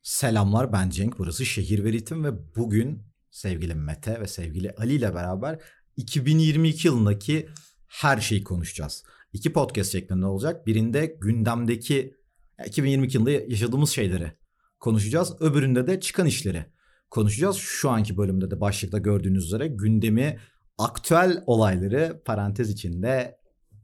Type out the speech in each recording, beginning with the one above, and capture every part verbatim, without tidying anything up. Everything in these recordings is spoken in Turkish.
Selamlar, ben Cenk, burası Şehir ve Ritim ve bugün sevgili Mete ve sevgili Ali ile beraber iki bin yirmi iki yılındaki her şeyi konuşacağız. İki podcast şeklinde olacak. Birinde gündemdeki iki bin yirmi iki yılında yaşadığımız şeyleri konuşacağız. Öbüründe de çıkan işleri konuşacağız. Şu anki bölümde de başlıkta gördüğünüz üzere gündemi, aktüel olayları, parantez içinde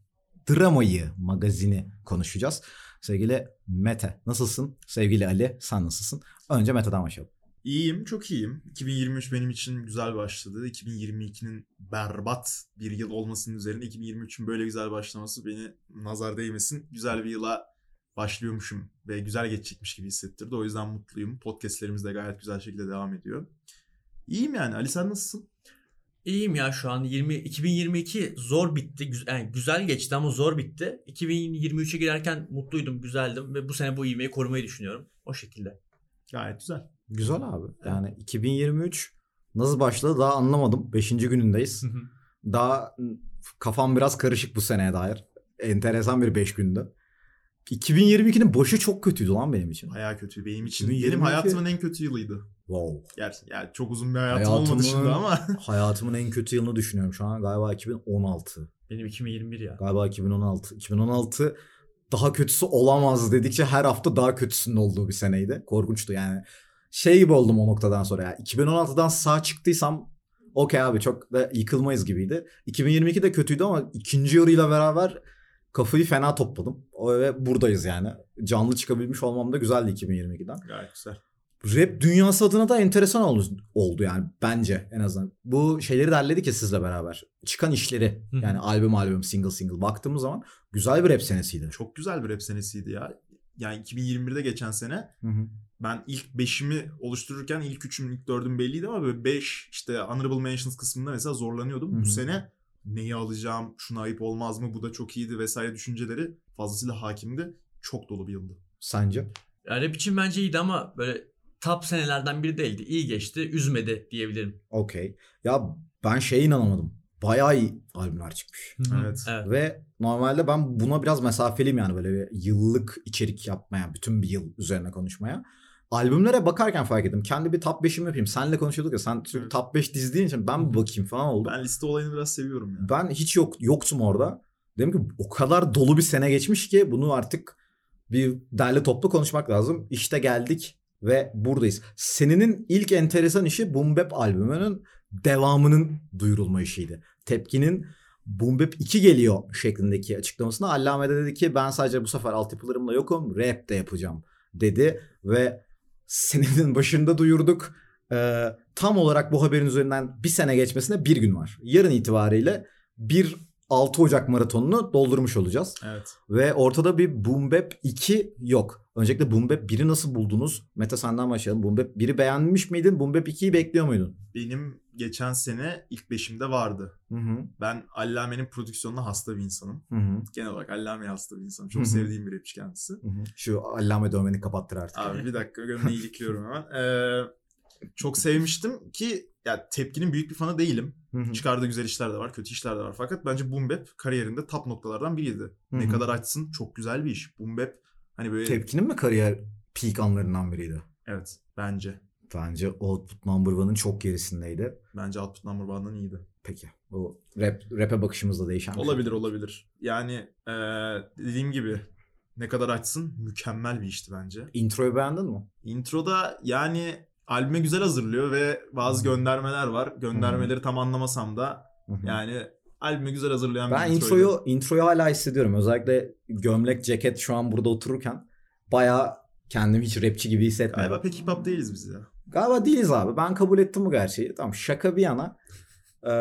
dramayı, magazini konuşacağız. Sevgili Mete nasılsın? Sevgili Ali sen nasılsın? Önce Mete'den başlayalım. İyiyim, çok iyiyim. iki bin yirmi üç benim için güzel başladı. iki bin yirmi ikinin berbat bir yıl olmasının üzerine iki bin yirmi üçün böyle güzel başlaması beni nazar değmesin. Güzel bir yıla başlıyormuşum ve güzel geçecekmiş gibi hissettirdi. O yüzden mutluyum. Podcastlerimiz de gayet güzel şekilde devam ediyor. İyiyim yani. Ali sen nasılsın? İyiyim ya şu an yirmi iki bin yirmi iki zor bitti. Güzel, yani güzel geçti ama zor bitti. iki bin yirmi üçe girerken mutluydum, güzeldim ve bu sene bu ivmeyi korumayı düşünüyorum. O şekilde. Gayet güzel. Güzel abi. Yani iki bin yirmi üç nasıl başladı daha anlamadım. Beşinci günündeyiz. Daha kafam biraz karışık bu seneye dair. Enteresan bir beş gündü. iki bin yirmi ikinin başı çok kötüydü lan benim için. Bayağı kötü. Benim için iki bin yirmi iki benim hayatımın en kötü yılıydı. Wow. Gerçi yani çok uzun bir hayatım olmadı şimdi ama. Hayatımın en kötü yılını düşünüyorum şu an. Galiba iki bin on altı. Benim iki bin yirmi bir ya. Galiba iki bin on altı. iki bin on altı daha kötüsü olamaz dedikçe her hafta daha kötüsünün olduğu bir seneydi. Korkunçtu yani. Şey gibi oldum o noktadan sonra ya. iki bin on altıdan sağ çıktıysam okey abi çok da yıkılmayız gibiydi. iki bin yirmi iki de kötüydü ama ikinci yarıyla beraber kafayı fena topladım. Ve buradayız yani. Canlı çıkabilmiş olmam da güzeldi iki bin yirmi ikiden. Gayet güzel. Rap dünyası adına da enteresan oldu, oldu yani bence en azından. Bu şeyleri derledik ya sizle beraber. Çıkan işleri yani albüm albüm single single baktığımız zaman güzel bir rap senesiydi. Çok güzel bir rap senesiydi ya. Yani iki bin yirmi birde geçen sene hı hı. ben ilk beşimi oluştururken ilk üçüm ilk dördüm belliydi ama böyle beş işte Honorable Mentions kısmında mesela zorlanıyordum. Hı-hı. Bu sene neyi alacağım, şuna ayıp olmaz mı, bu da çok iyiydi vesaire düşünceleri fazlasıyla hakimdi. Çok dolu bir yıldı. Sence? Yani rap için bence iyiydi ama böyle top senelerden biri değildi. İyi geçti, üzmedi diyebilirim. Okey. Ya ben şeye inanamadım. Bayağı iyi albümler çıkmış. Evet. evet. Ve normalde ben buna biraz mesafeliyim yani böyle bir yıllık içerik yapmaya, bütün bir yıl üzerine konuşmaya. Albümlere bakarken fark ettim. Kendi bir top beşimi yapayım. Seninle konuşuyorduk ya. Sen evet. top beş dizdiğin için ben bir bakayım falan oldu. Ben liste olayını biraz seviyorum ya. Ben hiç yok yoktum orada. Dedim ki o kadar dolu bir sene geçmiş ki bunu artık bir derli toplu konuşmak lazım. İşte geldik ve buradayız. Senin'in ilk enteresan işi Boom Bap albümünün devamının duyurulma işiydi. Tepki'nin Boom Bap iki geliyor şeklindeki açıklamasında Allame de dedi ki ben sadece bu sefer altyapılarımla yokum, rap de yapacağım dedi ve senenin başında duyurduk. Ee, tam olarak bu haberin üzerinden bir sene geçmesine bir gün var. Yarın itibariyle bir altı Ocak maratonunu doldurmuş olacağız. Evet. Ve ortada bir Boom Bap iki yok. Öncelikle Boom Bap biri nasıl buldunuz? Mete senden başlayalım. Boom Bap biri beğenmiş miydin? Boom Bap ikiyi bekliyor muydun? Benim geçen sene ilk beşimde vardı. Hı hı. Ben Allame'nin prodüksiyonuna hasta bir insanım. Hı hı. Genel olarak Allame'ye hasta bir insanım. Çok Hı hı. sevdiğim bir rapçi kendisi. Hı hı. Şu Allame dövmeni kapattır artık. Abi bir dakika gömleği ilikliyorum hemen. Ee, çok sevmiştim ki ya Tepki'nin büyük bir fanı değilim. Hı hı. Çıkardığı güzel işler de var, kötü işler de var. Fakat bence Boom Bap kariyerinde top noktalardan biriydi. Hı hı. Ne kadar açsın çok güzel bir iş. Boom Bap hani böyle... Tepki'nin mi kariyer peak anlarından biriydi? Evet bence. Bence Output Number One'ın çok gerisindeydi. Bence Output Number One'dan iyiydi. Peki. Bu rap, rap'e bakışımızda değişen bir olabilir şey. olabilir. Yani ee, dediğim gibi ne kadar açsın mükemmel bir işti bence. Introyu beğendin mi? Introda yani albüme güzel hazırlıyor ve bazı hmm. göndermeler var. Göndermeleri hmm. tam anlamasam da hmm. yani albüme güzel hazırlayan ben bir introyu. Ben introyu, introyu hala hissediyorum. Özellikle gömlek, ceket şu an burada otururken bayağı kendimi hiç rapçi gibi hissetmiyorum. Galiba pek hip hop değiliz biz ya. Galiba değiliz abi. Ben kabul ettim bu gerçeği. Tamam şaka bir yana. Ee,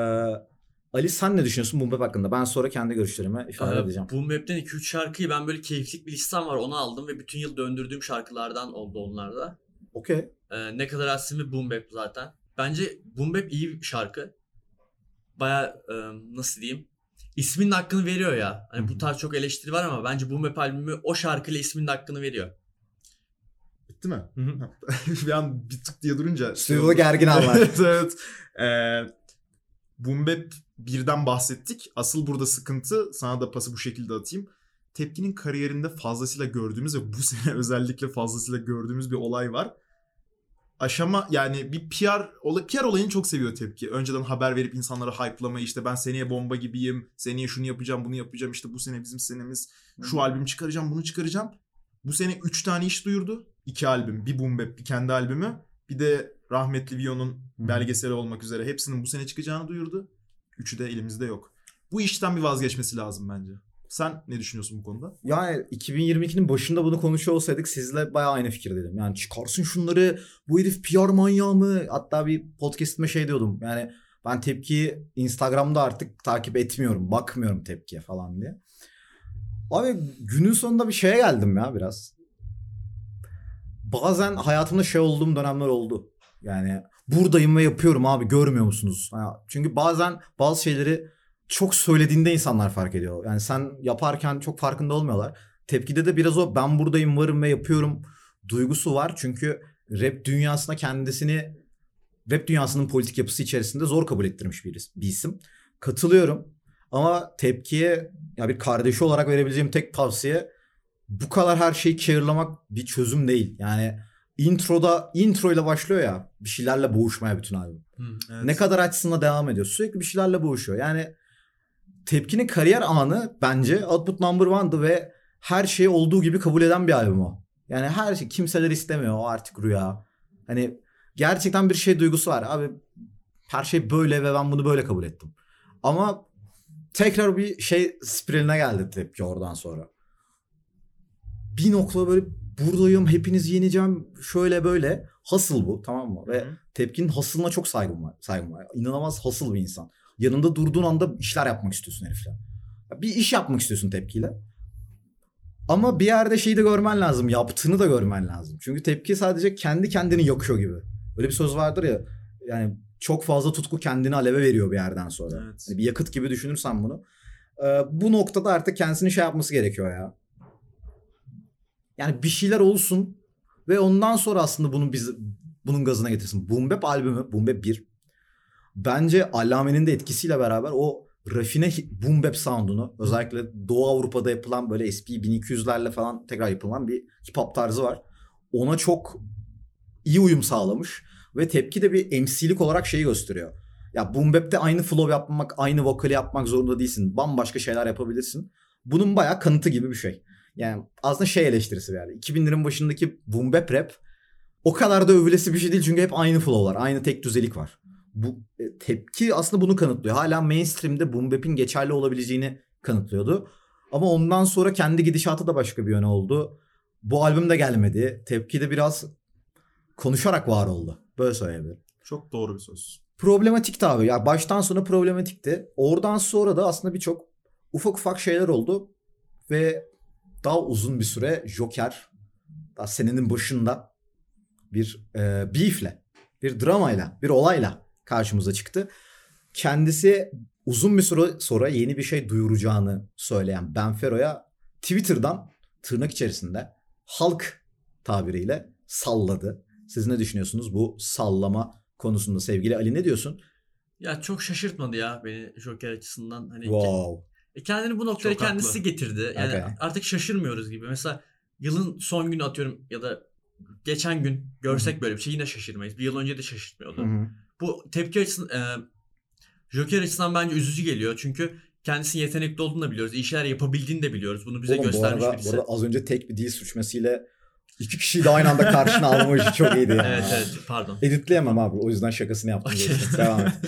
Ali sen ne düşünüyorsun Boom Bap hakkında? Ben sonra kendi görüşlerimi ifade ee, edeceğim. Boom Bap'ten iki üç şarkıyı ben böyle keyiflik bir listem var onu aldım ve bütün yıl döndürdüğüm şarkılardan oldu onlar da. Okey. Ee, ne kadar açsın ve Boom Bap zaten. Bence Boom Bap iyi bir şarkı. Baya e, nasıl diyeyim? İsminin hakkını veriyor ya. Hani bu tarz çok eleştiri var ama bence Boom Bap albümü o şarkıyla isminin hakkını veriyor. Bitti mi? Bir an bir tık diye durunca. Stüdyoda gergin anlar. evet evet. Ee, Boom Bap birden bahsettik. Asıl burada sıkıntı, sana da pası bu şekilde atayım. Tepki'nin kariyerinde fazlasıyla gördüğümüz ve bu sene özellikle fazlasıyla gördüğümüz bir olay var. aşama yani bir P R, olay, P R olayını çok seviyor Tepki. Önceden haber verip insanları hype'lamayı, işte ben seneye bomba gibiyim, seneye şunu yapacağım, bunu yapacağım, işte bu sene bizim senemiz, şu hmm. albüm çıkaracağım, bunu çıkaracağım. Bu sene üç tane iş duyurdu. iki albüm, bir Boom Bap, bir kendi albümü, bir de rahmetli Vio'nun hmm. belgeseli olmak üzere hepsinin bu sene çıkacağını duyurdu. Üçü de elimizde yok. Bu işten bir vazgeçmesi lazım bence. Sen ne düşünüyorsun bu konuda? Yani iki bin yirmi ikinin başında bunu konuşuyor olsaydık sizle bayağı aynı fikirdeydim. Yani çıkarsın şunları, bu herif P R manyağı mı? Hatta bir podcast'ime şey diyordum. Yani ben Tepki'yi Instagram'da artık takip etmiyorum, bakmıyorum Tepki'ye falan diye. Abi günün sonunda bir şeye geldim ya biraz. Bazen hayatımda şey olduğum dönemler oldu. Yani buradayım ve yapıyorum abi, görmüyor musunuz? Çünkü bazen bazı şeyleri çok söylediğinde insanlar fark ediyor. Yani sen yaparken çok farkında olmuyorlar. Tepkide de biraz o ben buradayım, varım ve yapıyorum duygusu var. Çünkü rap dünyasına kendisini, rap dünyasının politik yapısı içerisinde zor kabul ettirmiş bir, bir isim. Katılıyorum. Ama Tepkiye ya bir kardeşi olarak verebileceğim tek tavsiye, bu kadar her şeyi care'lamak bir çözüm değil. Yani introda, intro ile başlıyor ya, bir şeylerle boğuşmaya bütün albüm. Evet. Ne kadar açısına devam ediyor. Sürekli bir şeylerle boğuşuyor. Yani Tepki'nin kariyer anı bence Output Number One'dı ve her şeyi olduğu gibi kabul eden bir albüm o. Yani her şey, kimseler istemiyor, o artık rüya. Hani gerçekten bir şey duygusu var. Abi her şey böyle ve ben bunu böyle kabul ettim. Ama tekrar bir şey spiraline geldi Tepki oradan sonra. Bir noktada böyle buradayım, hepinizi yeneceğim, şöyle böyle. Hustle bu, tamam mı? Ve Tepki'nin hustle'ına çok saygım var. Saygım var. İnanılmaz hustle bir insan. Yanında durduğun anda işler yapmak istiyorsun herifle. Bir iş yapmak istiyorsun Tepki'yle. Ama bir yerde şeyi de görmen lazım. Yaptığını da görmen lazım. Çünkü Tepki sadece kendi kendini yakıyor gibi. Öyle bir söz vardır ya. Yani çok fazla tutku kendini aleve veriyor bir yerden sonra. Evet. Yani bir yakıt gibi düşünürsen bunu. Ee, bu noktada artık kendisini şey yapması gerekiyor ya. Yani bir şeyler olsun ve ondan sonra aslında bunu biz bunun gazına getirsin. Boom Bap albümü, Boom Bap bir. Bence Allame'nin de etkisiyle beraber o rafine Boom Bap sound'unu, özellikle Doğu Avrupa'da yapılan böyle S P bin iki yüzlerle falan tekrar yapılan bir hip hop tarzı var. Ona çok iyi uyum sağlamış ve Tepki de bir M C'lik olarak şeyi gösteriyor. Ya Boom Bap'te aynı flow yapmak, aynı vokali yapmak zorunda değilsin. Bambaşka şeyler yapabilirsin. Bunun bayağı kanıtı gibi bir şey. Yani aslında şey eleştirisi yani. iki binlerin başındaki Boom Bap rap o kadar da övülesi bir şey değil çünkü hep aynı flow'lar, aynı tek düzelik var. Bu Tepki aslında bunu kanıtlıyor. Hala mainstream'de Boom Bap'in geçerli olabileceğini kanıtlıyordu. Ama ondan sonra kendi gidişatı da başka bir yöne oldu. Bu albüm de gelmedi. Tepki de biraz konuşarak var oldu. Böyle söyleyebilirim. Çok doğru bir söz. Problematikti abi. Ya baştan sona problematikti. Oradan sonra da aslında birçok ufak ufak şeyler oldu. Ve daha uzun bir süre Joker, daha senenin başında bir e, beefle, bir dramayla, bir olayla karşımıza çıktı. Kendisi uzun bir süre sonra yeni bir şey duyuracağını söyleyen Benfero'ya Twitter'dan tırnak içerisinde halk tabiriyle salladı. Siz ne düşünüyorsunuz bu sallama konusunda sevgili Ali, ne diyorsun? Ya çok şaşırtmadı ya beni Joker açısından. Hani wow. ke- kendini bu noktaya Çok kendisi haklı. getirdi. Yani Okay. artık şaşırmıyoruz gibi. Mesela yılın son günü atıyorum ya da geçen gün görsek Hı-hı. böyle bir şey yine şaşırmayız. Bir yıl önce de şaşırtmıyordu. Hı-hı. Bu Tepki açısından e, Joker açısından bence üzücü geliyor. Çünkü kendisinin yetenekli olduğunu da biliyoruz. İyi şeyler yapabildiğini de biliyoruz. Bunu bize Oğlum, göstermiş bu arada, birisi. Bu arada az önce tek bir dil sürçmesiyle iki kişiyi de aynı anda karşına alma işi çok iyiydi yani. Evet evet pardon. Editleyemem abi, o yüzden şakasını yaptım. Okay. Devam et.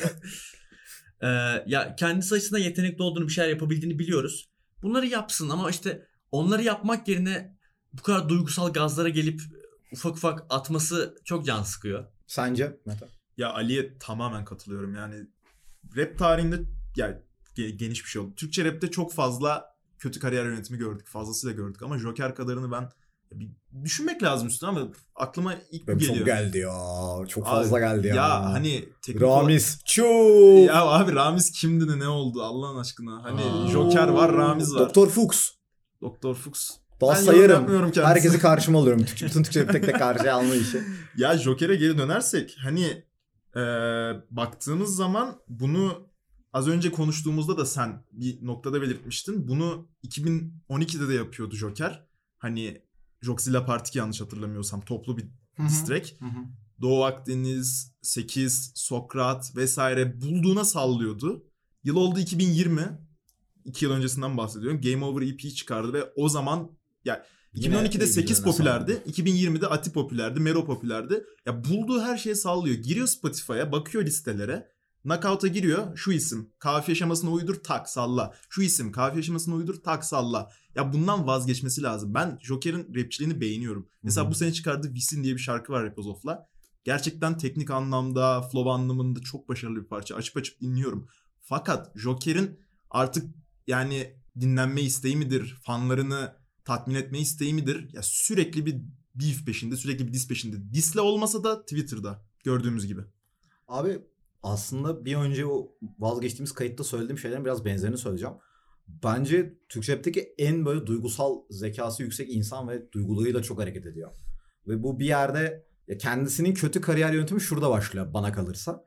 ee, ya kendisi açısından yetenekli olduğunu, bir şeyler yapabildiğini biliyoruz. Bunları yapsın ama işte onları yapmak yerine bu kadar duygusal gazlara gelip ufak ufak atması çok can sıkıyor. Sence Mete? Ya Ali'ye tamamen katılıyorum. Yani rap tarihinde yani geniş bir şey oldu. Türkçe rapte çok fazla kötü kariyer yönetimi gördük. Fazlasıyla gördük ama Joker kadarını ben bir düşünmek lazım üstüne ama aklıma ilk bu geliyor. Çok geldi ya. Çok fazla abi, geldi ya. Ya hani Ramiz. Çuuu. Ya abi Ramiz kimdi de ne oldu Allah'ın aşkına. Hani Aa. Joker var, Ramiz var. Doktor Fuchs. Doktor Fuchs. Daha ben sayarım. Herkesi karşıma alıyorum. Bütün Türkçe tek tek karşıya alma işi. Ya Joker'e geri dönersek hani e, baktığımız zaman bunu az önce konuştuğumuzda da sen bir noktada belirtmiştin. Bunu iki bin on ikide de yapıyordu Joker. Hani Joxilla Part iki yanlış hatırlamıyorsam toplu bir diss track. Doğu Akdeniz, sekiz, Sokrat vesaire bulduğuna sallıyordu. Yıl oldu iki bin yirmi. iki yıl öncesinden bahsediyorum. Game Over E P çıkardı ve o zaman yani iki bin on ikide sekiz popülerdi. Sallıyor. iki bin yirmide Ati popülerdi. Mero popülerdi. Ya bulduğu her şeye sallıyor. Giriyor Spotify'a, bakıyor listelere. Knockout'a giriyor. Şu isim. Kafiye şemasına uydur, tak salla. Şu isim. Kafiye şemasına uydur, tak salla. Ya bundan vazgeçmesi lazım. Ben Joker'in rapçiliğini beğeniyorum. Mesela Hı-hı. bu sene çıkardığı Visin diye bir şarkı var Rapozof'la. Gerçekten teknik anlamda, flow anlamında çok başarılı bir parça. Açıp açıp dinliyorum. Fakat Joker'in artık yani dinlenme isteği midir? Fanlarını tatmin etme isteği midir? Ya sürekli bir beef peşinde, sürekli bir diss peşinde. Diss'le olmasa da Twitter'da gördüğümüz gibi. Abi aslında bir önce o vazgeçtiğimiz kayıtta söylediğim şeylerin biraz benzerini söyleyeceğim. Bence Türkçe rap'teki en böyle duygusal zekası yüksek insan ve duygularıyla çok hareket ediyor. Ve bu bir yerde ya kendisinin kötü kariyer yöntemi şurada başlıyor bana kalırsa.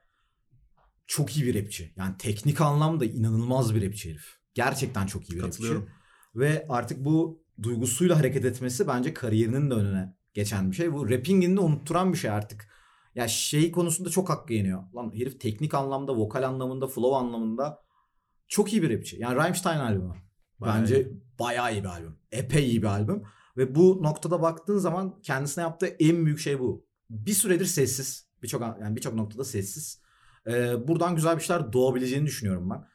Çok iyi bir rapçi. Yani teknik anlamda inanılmaz bir rapçi herif. Gerçekten çok iyi bir rapçi. Ve artık bu duygusuyla hareket etmesi bence kariyerinin de önüne geçen bir şey. Bu rappingini de unutturan bir şey artık. Ya şey konusunda çok hakkı yeniyor. Lan herif teknik anlamda, vokal anlamında, flow anlamında çok iyi bir rapçi. Yani Rammstein albümü. Bayağı bence iyi. Bayağı iyi bir albüm. Epey iyi bir albüm. Ve bu noktada baktığın zaman kendisine yaptığı en büyük şey bu. Bir süredir sessiz. Birçok yani birçok noktada sessiz. Ee, buradan güzel bir şeyler doğabileceğini düşünüyorum ben.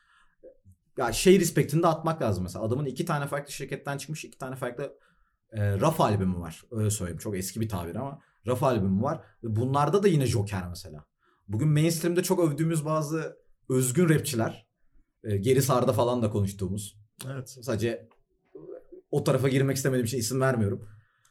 Ya şey respektini de atmak lazım mesela. Adamın iki tane farklı şirketten çıkmış, iki tane farklı e, raf albümü var. Öyle söyleyeyim. Çok eski bir tabir ama raf albümü var. Bunlarda da yine Joker mesela. Bugün mainstream'de çok övdüğümüz bazı özgün rapçiler. E, Geri Sar'da falan da konuştuğumuz. Evet. Sadece o tarafa girmek istemediğim için isim vermiyorum.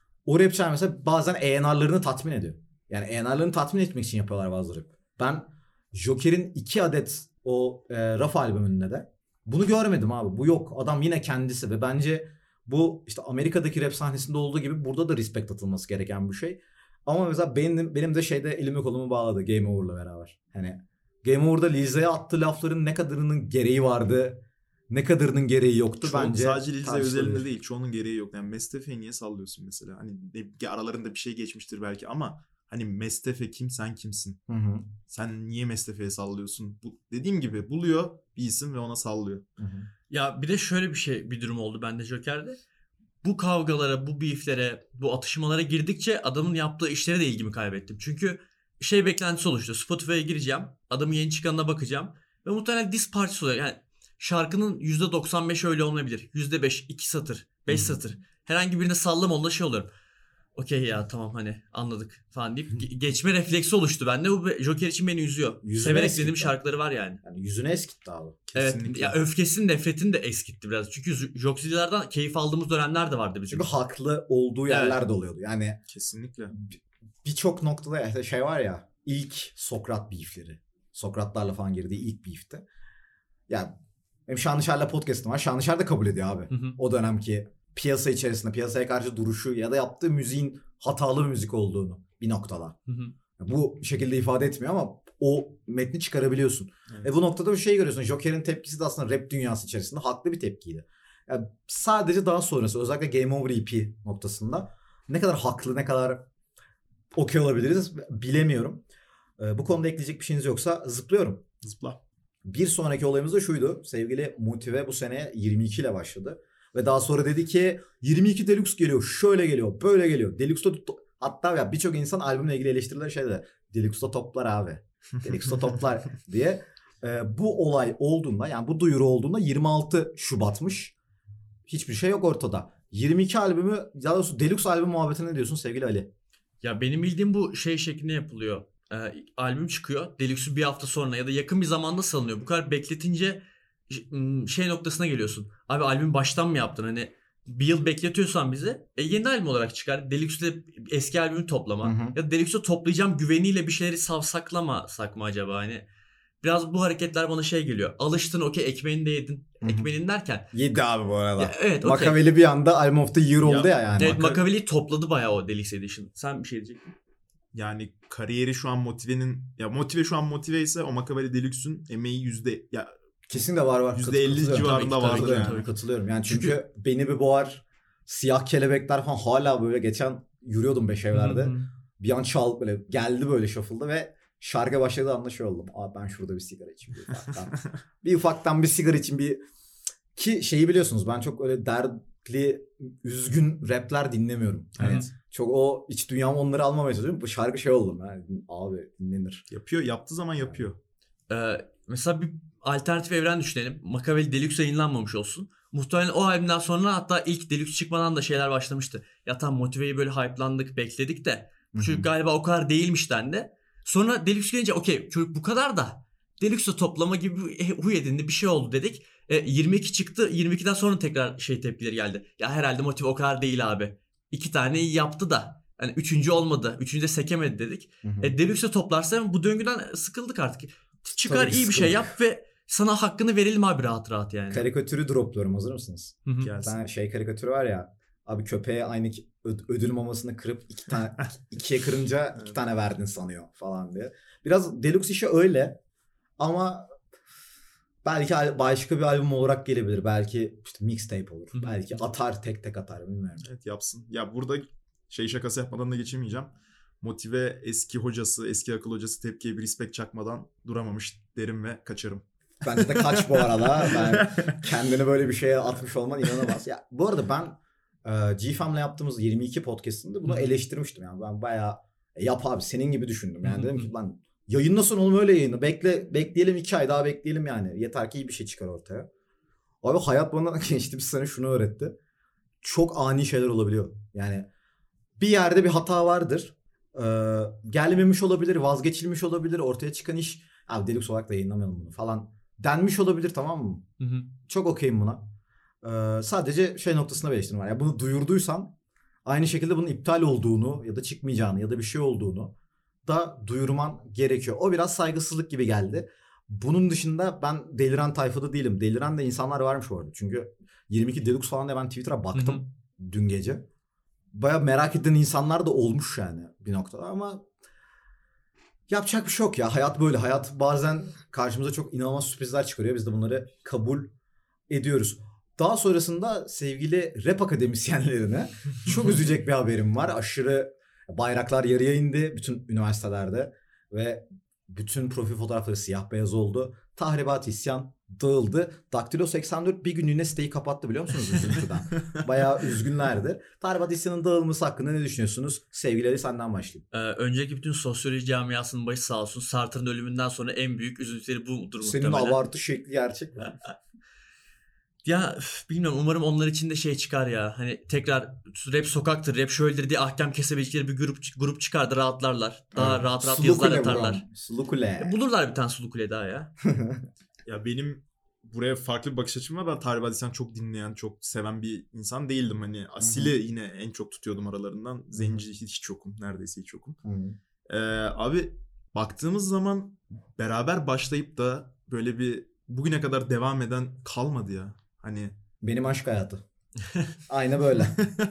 O rapçiler mesela bazen A and R'larını tatmin ediyor. Yani A and R'larını tatmin etmek için yapıyorlar bazı rap. Ben Joker'in iki adet o e, raf albümünde de bunu görmedim abi. Bu yok. Adam yine kendisi ve bence bu işte Amerika'daki rap sahnesinde olduğu gibi burada da respect atılması gereken bir şey. Ama mesela benim benim de şeyde elimi kolumu bağladı Game Over'la beraber. Hani Game Over'da Liza'ya attığı lafların ne kadarının gereği vardı, ne kadarının gereği yoktu Çoğun, bence. Sadece Liza özelinde değil. Çoğunun gereği yok. Yani Mestefe'yi niye sallıyorsun mesela? Hani aralarında bir şey geçmiştir belki ama hani Mestefe kim, sen kimsin? Hı hı. Sen niye Mestefe'ye sallıyorsun? Bu, dediğim gibi buluyor bir isim ve ona sallıyor. Hı hı. Ya bir de şöyle bir şey, bir durum oldu bende Joker'de. Bu kavgalara, bu beeflere, bu atışmalara girdikçe adamın yaptığı işlere de ilgimi kaybettim. Çünkü şey beklentisi oluştu. Spotify'a gireceğim, adamın yeni çıkanına bakacağım ve muhtemelen diss parçası oluyor. Yani şarkının yüzde doksan beş öyle olmayabilir. yüzde beş, iki satır, beş satır. Herhangi birine sallam onda şey oluyorum. Okey ya tamam hani anladık falan deyip ge- geçme refleksi oluştu bende. Bu Joker için beni üzüyor. Yüzüne severek dinlediğim şarkıları var yani. Yani yüzüne eskitti abi. Kesinlikle. Evet ya öfkesini, nefretini de eskitti biraz. Çünkü Joxy'lerden keyif aldığımız dönemler de vardı bizim. Çünkü haklı olduğu yerler evet. de oluyordu. Yani kesinlikle. Birçok noktada şey var ya, ilk Sokrat beefleri. Sokratlarla falan girdiği ilk beef'te. Yani benim Şanlışer'le podcast'ım var. Şanlışer de kabul ediyor abi. Hı hı. O dönemki piyasa içerisinde, piyasaya karşı duruşu ya da yaptığı müziğin hatalı bir müzik olduğunu bir noktada. Hı hı. Bu şekilde ifade etmiyor ama o metni çıkarabiliyorsun. Evet. E bu noktada bir şey görüyorsun. Joker'in tepkisi de aslında rap dünyası içerisinde haklı bir tepkiydi. Yani sadece daha sonrası, özellikle Game Over E P noktasında ne kadar haklı, ne kadar okey olabiliriz bilemiyorum. E, bu konuda ekleyecek bir şeyiniz yoksa zıplıyorum. Zıpla. Bir sonraki olayımız da şuydu. Sevgili Motive bu sene yirmi iki ile başladı. Ve daha sonra dedi ki yirmi iki Deluxe geliyor, şöyle geliyor, böyle geliyor. Deluxe'da to- hatta ya birçok insan albümle ilgili eleştiriler şey dedi. Deluxe'da toplar abi. Deluxe'da toplar diye. Ee, bu olay olduğunda, yani bu duyuru olduğunda yirmi altı Şubat'mış. Hiçbir şey yok ortada. yirmi iki albümü, daha doğrusu Deluxe albüm muhabbetine ne diyorsun sevgili Ali? Ya benim bildiğim bu şey şeklinde yapılıyor. Ee, albüm çıkıyor. Deluxe'u bir hafta sonra ya da yakın bir zamanda salınıyor. Bu kadar bekletince şey noktasına geliyorsun. Abi albüm baştan mı yaptın? Hani bir yıl bekletiyorsan bizi e, yeni albüm olarak çıkar. Deluxe'de eski albümü toplama. Hı hı. Ya da Deluxe'de toplayacağım güveniyle bir şeyleri savsaklamasak mı acaba? Hani biraz bu hareketler bana şey geliyor. Alıştın okey, ekmeğini de yedin. Hı hı. Ekmeğini derken. Yedi abi bu arada. Ya, evet okey. Makaveli bir anda Album of the Year oldu ya, ya yani. Evet, Makaveli'yi topladı bayağı o Deluxe Edition. Sen bir şey diyecektin. Yani kariyeri şu an Motive'nin, ya Motive şu an Motive ise o Makaveli Deluxe'ün emeği yüzde ya kesinlikle var var. yüzde elli civarında vardı tabii, yani. tabii. Katılıyorum. Yani çünkü, çünkü Beni Bir Boğar, Siyah Kelebekler falan hala böyle geçen yürüyordum beş evlerde. Hı hı. Bir an çal böyle geldi böyle shuffle'da ve şarkı başladığı anda şey oldum. Abi ben şurada bir sigara içeyim bir ufaktan. bir ufaktan bir sigara için bir ki şeyi biliyorsunuz ben çok öyle dertli üzgün rapler dinlemiyorum. Hani Evet. çok o iç dünyam onları almamaya çalışıyorum. Bu şarkı şey oldum yani abi dinlenir. Yapıyor. Yaptığı zaman yapıyor. Ee, mesela bir alternatif evren düşünelim. Makaveli Deluxe yayınlanmamış olsun. Muhtemelen o albümden sonra hatta ilk Deluxe çıkmadan da şeyler başlamıştı. Ya tam Motive'yi böyle hype'landık, bekledik de bu çocuk galiba o kadar değilmiş dendi. Sonra Deluxe gelince okey çocuk bu kadar da Deluxe'la toplama gibi bir huy edindi bir şey oldu dedik. E, yirmi iki çıktı. yirmi ikiden sonra tekrar şey tepkileri geldi. Ya herhalde Motive o kadar değil abi. İki tane iyi yaptı da. Hani üçüncü olmadı. Üçüncü de sekemedi dedik. Hı hı. E, Deluxe'la toplarsa bu döngüden sıkıldık artık. Çıkar Tabii iyi bir şey sıkıldık. yap ve sana hakkını verelim abi rahat rahat yani. Karikatürü dropluyorum hazır mısınız? Hı hı. Bir Gelsin. tane şey karikatürü var ya. Abi köpeğe aynı ki- ö- ödül mamasını kırıp iki tane ikiye kırınca iki Evet. tane verdin sanıyor falan diye. Biraz Deluxe işi öyle ama belki al- başka bir albüm olarak gelebilir. Belki işte mixtape olur. Hı hı. Belki atar tek tek atar bilmiyorum. Evet yapsın. Ya burada şey şakası yapmadan da geçemeyeceğim. Motive eski hocası, eski akıl hocası Tepki'ye bir respect çakmadan duramamış derim ve kaçarım. Bence de kaç bu arada. Ben kendini böyle bir şeye atmış olman inanılmaz. Ya bu arada ben e, G-Fam'le yaptığımız yirmi iki podcast'ında bunu Hı hı. eleştirmiştim yani. Ben bayağı e, yap abi senin gibi düşündüm. Yani Hı hı. dedim ki lan yayınlasın oğlum öyle yayını. Bekle bekleyelim iki ay daha bekleyelim yani. Yeter ki iyi bir şey çıkar ortaya. Abi hayat bana geçtiğimiz sene şunu öğretti. Çok ani şeyler olabiliyor. Yani bir yerde bir hata vardır. Ee, gelmemiş olabilir, vazgeçilmiş olabilir. Ortaya çıkan iş abi Deluxe olarak da yayınlamayalım bunu falan denmiş olabilir, tamam mı? Hı hı. Çok okeyim buna. Ee, sadece şey noktasında bir eleştirim var. Yani bunu duyurduysam aynı şekilde bunun iptal olduğunu ya da çıkmayacağını ya da bir şey olduğunu da duyurman gerekiyor. O biraz saygısızlık gibi geldi. Bunun dışında ben deliren tayfada değilim. Deliren de insanlar varmış bu arada. Çünkü yirmi iki Deluxe falan diye ben Twitter'a baktım Hı hı. dün gece. Baya merak eden insanlar da olmuş yani bir noktada ama yapacak bir şey yok ya. Hayat böyle. Hayat bazen karşımıza çok inanılmaz sürprizler çıkarıyor. Biz de bunları kabul ediyoruz. Daha sonrasında sevgili rap akademisyenlerine çok üzecek bir haberim var. Aşırı bayraklar yarıya indi bütün üniversitelerde ve bütün profil fotoğrafları siyah beyaz oldu. Tahribat, isyan dağıldı. Daktilo seksen dört bir günlüğüne siteyi kapattı biliyor musunuz üzüntüden? Bayağı üzgünlerdi. Tahribat, isyanın dağılması hakkında ne düşünüyorsunuz? Sevgili Ali senden başlayayım. Ee, önceki bütün sosyoloji camiasının başı sağ olsun. Sartre'ın ölümünden sonra en büyük üzüntüleri budur Senin muhtemelen. abartı şekli gerçek mi? Ya üf, bilmiyorum umarım onlar için de şey çıkar ya. Hani tekrar rap sokaktır, rap şöyledir diye ahkam kesebildikleri bir grup grup çıkar da rahatlarlar. Daha Evet. rahat rahat Sulu yazılar kule atarlar. buram. Sulu kule. E, bulurlar bir tane sulu kule daha ya. Ya benim buraya farklı bir bakış açım var. Ben Tahribat İsyan'ı çok dinleyen, çok seven bir insan değildim. Hani Asil'i yine en çok tutuyordum aralarından. Zenci hiç yokum. Neredeyse hiç yokum. Hı. Ee, abi baktığımız zaman beraber başlayıp da böyle bir bugüne kadar devam eden kalmadı ya. Hani Benim aşk hayatı. Aynı böyle.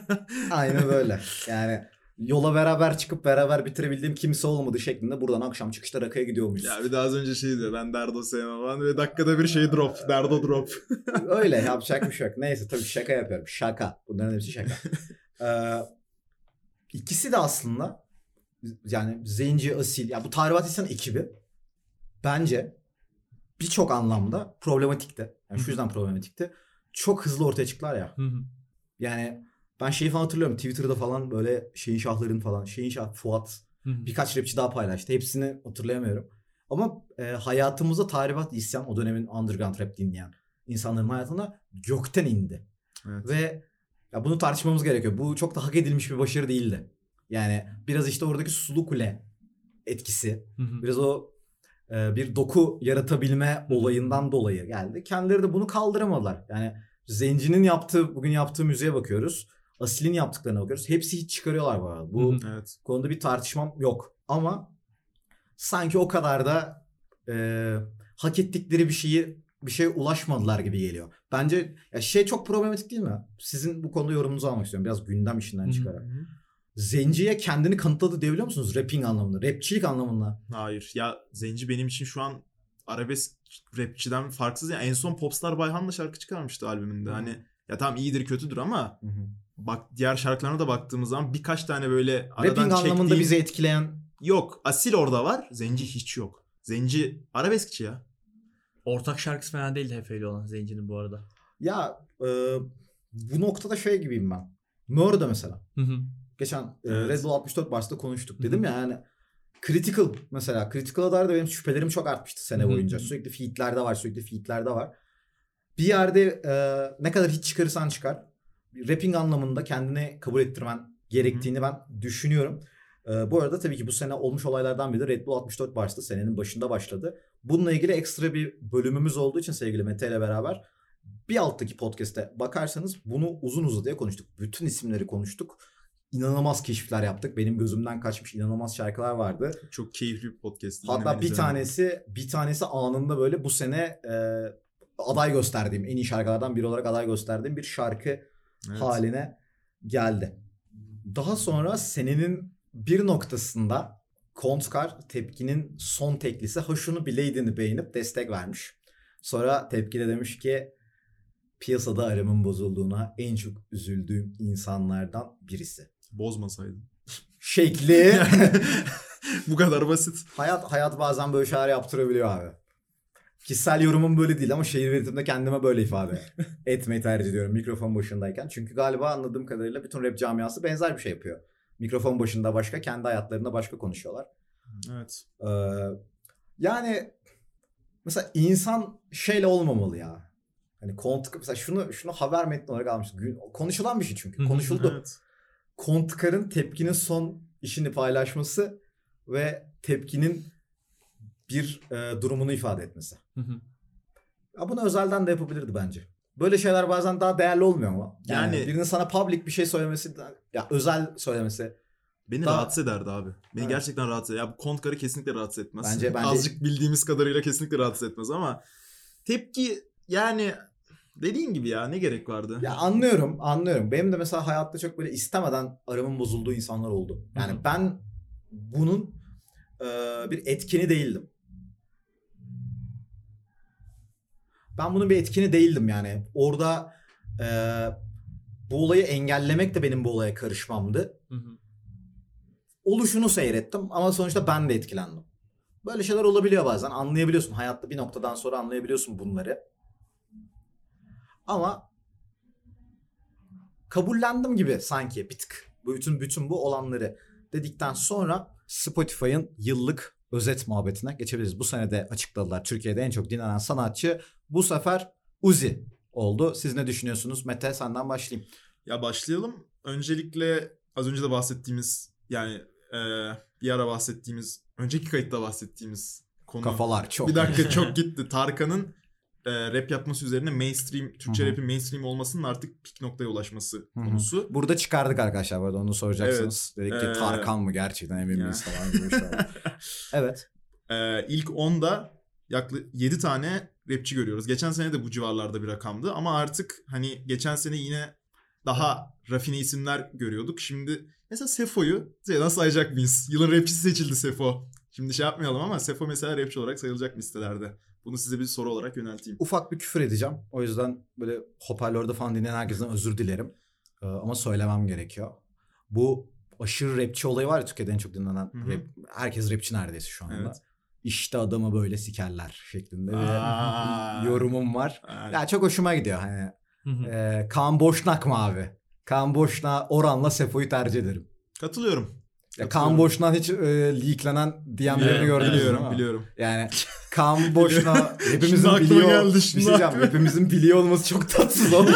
Aynı böyle. Yani yola beraber çıkıp beraber bitirebildiğim kimse olmadı şeklinde buradan akşam çıkışta rakıya gidiyor muyuz? ya bir daha az önce şey diyor, ben Derdo sevmem falan ve dakikada bir şey drop. Derdo drop. Öyle yapacak bir şey yok. Neyse tabii şaka yapıyorum. Şaka. Bunların hepsi şaka. Ee, ikisi de aslında yani Zenci, Asil ya bu Tahribat İsyan ekibi bence birçok anlamda problematikti. Yani şu yüzden problematikti. Çok hızlı ortaya çıktılar ya. Hı hı. Yani ben şeyi falan hatırlıyorum. Twitter'da falan böyle şeyin şahların falan. Şeyin şah Fuat Hı hı. birkaç rapçi daha paylaştı. Hepsini hatırlayamıyorum. Ama e, hayatımızda Tahribat İsyan o dönemin underground rap dinleyen insanların hayatına gökten indi. Evet. Ve ya bunu tartışmamız gerekiyor. Bu çok da hak edilmiş bir başarı değildi. Yani biraz işte oradaki sulu kule etkisi. Hı hı. Biraz o e, bir doku yaratabilme olayından dolayı geldi. Kendileri de bunu kaldıramadılar. Yani Zenci'nin yaptığı, bugün yaptığı müziğe bakıyoruz. Asil'in yaptıklarına bakıyoruz. Hepsi hiç çıkarıyorlar bu arada. Bu Hı hı. Evet. konuda bir tartışmam yok. Ama sanki o kadar da e, hak ettikleri bir şeyi bir şeye ulaşmadılar gibi geliyor. Bence ya şey çok problematik değil mi? Sizin bu konuda yorumunuzu almak istiyorum. Biraz gündem işinden Hı hı. çıkarak. Zenci'ye kendini kanıtladı diyebiliyor musunuz? Rapping anlamında, rapçilik anlamında. Hayır. Ya Zenci benim için şu an arabesk rapçiden farksız. Ya en son Popstar Bayhan'la şarkı çıkarmıştı albümünde. Hı. Hani ya tamam iyidir kötüdür ama Hı hı. bak diğer şarkılarına da baktığımız zaman birkaç tane böyle aradan Rapping anlamında çektiğim- bizi etkileyen yok. Asil orada var. Zenci hiç yok. Zenci arabeskçi ya. Ortak şarkısı fena değil Hefe ile olan Zenci'nin bu arada. ya e, bu noktada şey gibiyim ben. Mör'de mesela. Hı hı. Geçen e, Evet. Red Bull altmış dört Bars'ta konuştuk. Dedim ya yani Critical mesela. Critical'a dair de benim şüphelerim çok artmıştı sene Hı hı. boyunca. Sürekli featlerde var. Sürekli featlerde var. Bir yerde e, ne kadar hit çıkarırsan çıkar. Rapping anlamında kendini kabul ettirmen gerektiğini ben düşünüyorum. E, bu arada tabii ki bu sene olmuş olaylardan biri Red Bull altmış dört Bars'ta senenin başında başladı. Bununla ilgili ekstra bir bölümümüz olduğu için sevgili Mete ile beraber bir alttaki podcast'e bakarsanız bunu uzun uzadıya konuştuk. Bütün isimleri konuştuk. İnanılmaz keşifler yaptık. Benim gözümden kaçmış inanılmaz şarkılar vardı. Çok keyifli bir podcast. Hatta Dinlemenizi bir tanesi bir tanesi anında böyle bu sene e, aday gösterdiğim, en iyi şarkılardan biri olarak aday gösterdiğim bir şarkı Evet. haline geldi. Daha sonra senenin bir noktasında Kontkar Tepki'nin son teklisi ha şunu bileydin'i beğenip destek vermiş. Sonra Tepki de demiş ki piyasada aramın bozulduğuna en çok üzüldüğüm insanlardan birisi. Bozmasaydın. Şekli. Bu kadar basit. hayat hayat bazen böyle şeyler yaptırabiliyor abi. Kişisel yorumum böyle değil ama şehir yönetiminde kendime böyle ifade etmeyi tercih ediyorum mikrofon başındayken. Çünkü galiba anladığım kadarıyla bütün rap camiası benzer bir şey yapıyor. Mikrofon başında başka, kendi hayatlarında başka konuşuyorlar. Evet. Ee, yani mesela insan şeyle olmamalı ya. Hani Kontkar mesela şunu şunu haber metni olarak almıştım. Gün- Konuşulan bir şey çünkü. Konuşuldu. Evet. Kontkar'ın Tepki'nin son işini paylaşması ve Tepki'nin bir e, durumunu ifade etmesi. Hı hı. Ya bunu özelden de yapabilirdi bence. Böyle şeyler bazen daha değerli olmuyor mu? Yani, Yani- birinin sana public bir şey söylemesi, ya özel söylemesi. Beni Daha- rahatsız ederdi abi. Beni Evet. gerçekten rahatsız eder. Ya bu Kontkar'ı kesinlikle rahatsız etmez. Bence- bence- Azıcık bildiğimiz kadarıyla kesinlikle rahatsız etmez ama Tepki yani dediğin gibi ya ne gerek vardı? Ya anlıyorum, anlıyorum. Benim de mesela hayatta çok böyle istemeden aramın bozulduğu insanlar oldu. Yani Hı hı. ben bunun e, bir etkeni değildim. Ben bunun bir etkeni değildim yani. Orada e, bu olayı engellemek de benim bu olaya karışmamdı. Hı hı. Oluşunu seyrettim ama sonuçta ben de etkilendim. Böyle şeyler olabiliyor bazen. Anlayabiliyorsun. Hayatta bir noktadan sonra anlayabiliyorsun bunları. Ama kabullendim gibi sanki bir tık. Bu bütün bütün bu olanları dedikten sonra Spotify'ın yıllık özet muhabbetine geçebiliriz. Bu sene de açıkladılar. Türkiye'de en çok dinlenen sanatçı bu sefer Uzi oldu. Siz ne düşünüyorsunuz? Mete senden başlayayım. Ya başlayalım. Öncelikle az önce de bahsettiğimiz yani e, bir ara bahsettiğimiz önceki kayıtta bahsettiğimiz konu. Kafalar çok. Bir dakika çok gitti. Tarkan'ın e, rap yapması üzerine mainstream, Türkçe Hı hı. rap'in mainstream olmasının artık pik noktaya ulaşması Hı hı. konusu. Burada çıkardık arkadaşlar. Bu arada onu soracaksınız. Dedik ki Ee, Tarkan mı gerçekten emin ya. miyiz falan gibi şeyler. Evet. E, ilk onda yaklaşık yedi tane rapçi görüyoruz. Geçen sene de bu civarlarda bir rakamdı ama artık hani geçen sene yine daha rafine isimler görüyorduk. Şimdi mesela Sefo'yu nasıl sayacak mıyız? Yılın rapçisi seçildi Sefo. Şimdi şey yapmayalım ama Sefo mesela rapçi olarak sayılacak mı listelerde? Bunu size bir soru olarak yönelteyim. Ufak bir küfür edeceğim. O yüzden böyle hoparlörde falan dinleyen herkesten özür dilerim. Ee, ama söylemem gerekiyor. Bu aşırı rapçi olayı var ya Türkiye'de en çok dinlenen Hı hı. rap. Herkes rapçi neredeyse şu anda. Evet. İşte adamı böyle sikerler şeklinde Aa. bir yorumum var. Yani, Ya çok hoşuma gidiyor. Hani Hı hı. e, Kaan Boşnak mı abi? Kaan Boşnak oranla Sefo'yu tercih ederim. katılıyorum. Ya Katılıyorum. Kaan Boşnak hiç e, leaklenen D M'lerini Biliyorum, gördünüz biliyorum, değil mi? biliyorum. Yani Kaan Boşnak Şimdi hepimizin aklıma biliyor. geldi, Bir şimdi şey diyeceğim. aklıma- Hepimizin biliyor olması çok tatsız oldu.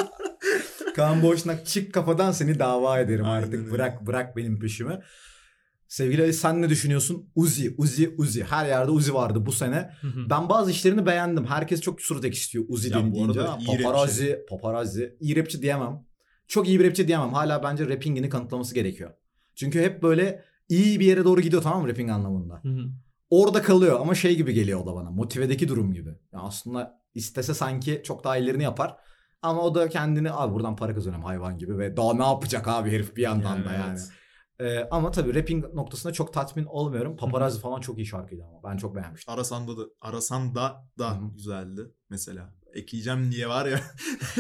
Kaan Boşnak çık kafadan seni dava ederim Aynen artık. öyle. Bırak bırak benim peşimi. Sevgili Ali sen ne düşünüyorsun? Uzi, Uzi, Uzi. Her yerde Uzi vardı bu sene. Hı hı. Ben bazı işlerini beğendim. Herkes çok surat ekşitiyor Uzi Ya deni bu deyince. arada ama iyi Paparazzi, paparazzi. İyi rapçi diyemem. Çok iyi bir rapçi diyemem. Hala bence rappingini kanıtlaması gerekiyor. Çünkü hep böyle iyi bir yere doğru gidiyor tamam mı rapping anlamında. Hı hı. Orada kalıyor ama şey gibi geliyor o da bana. Motivedeki durum gibi. Ya aslında istese sanki çok daha iyilerini yapar. Ama o da kendini abi buradan para kazanıyorum hayvan gibi ve daha ne yapacak abi herif bir yandan da yani. Evet. Ee, ama tabii rapping noktasında çok tatmin olmuyorum. Paparazzi falan çok iyi şarkıydı ama ben çok beğenmiştim. Arasan'da da Arasan'da da Hı hı. güzeldi mesela. ekleyeceğim diye var ya.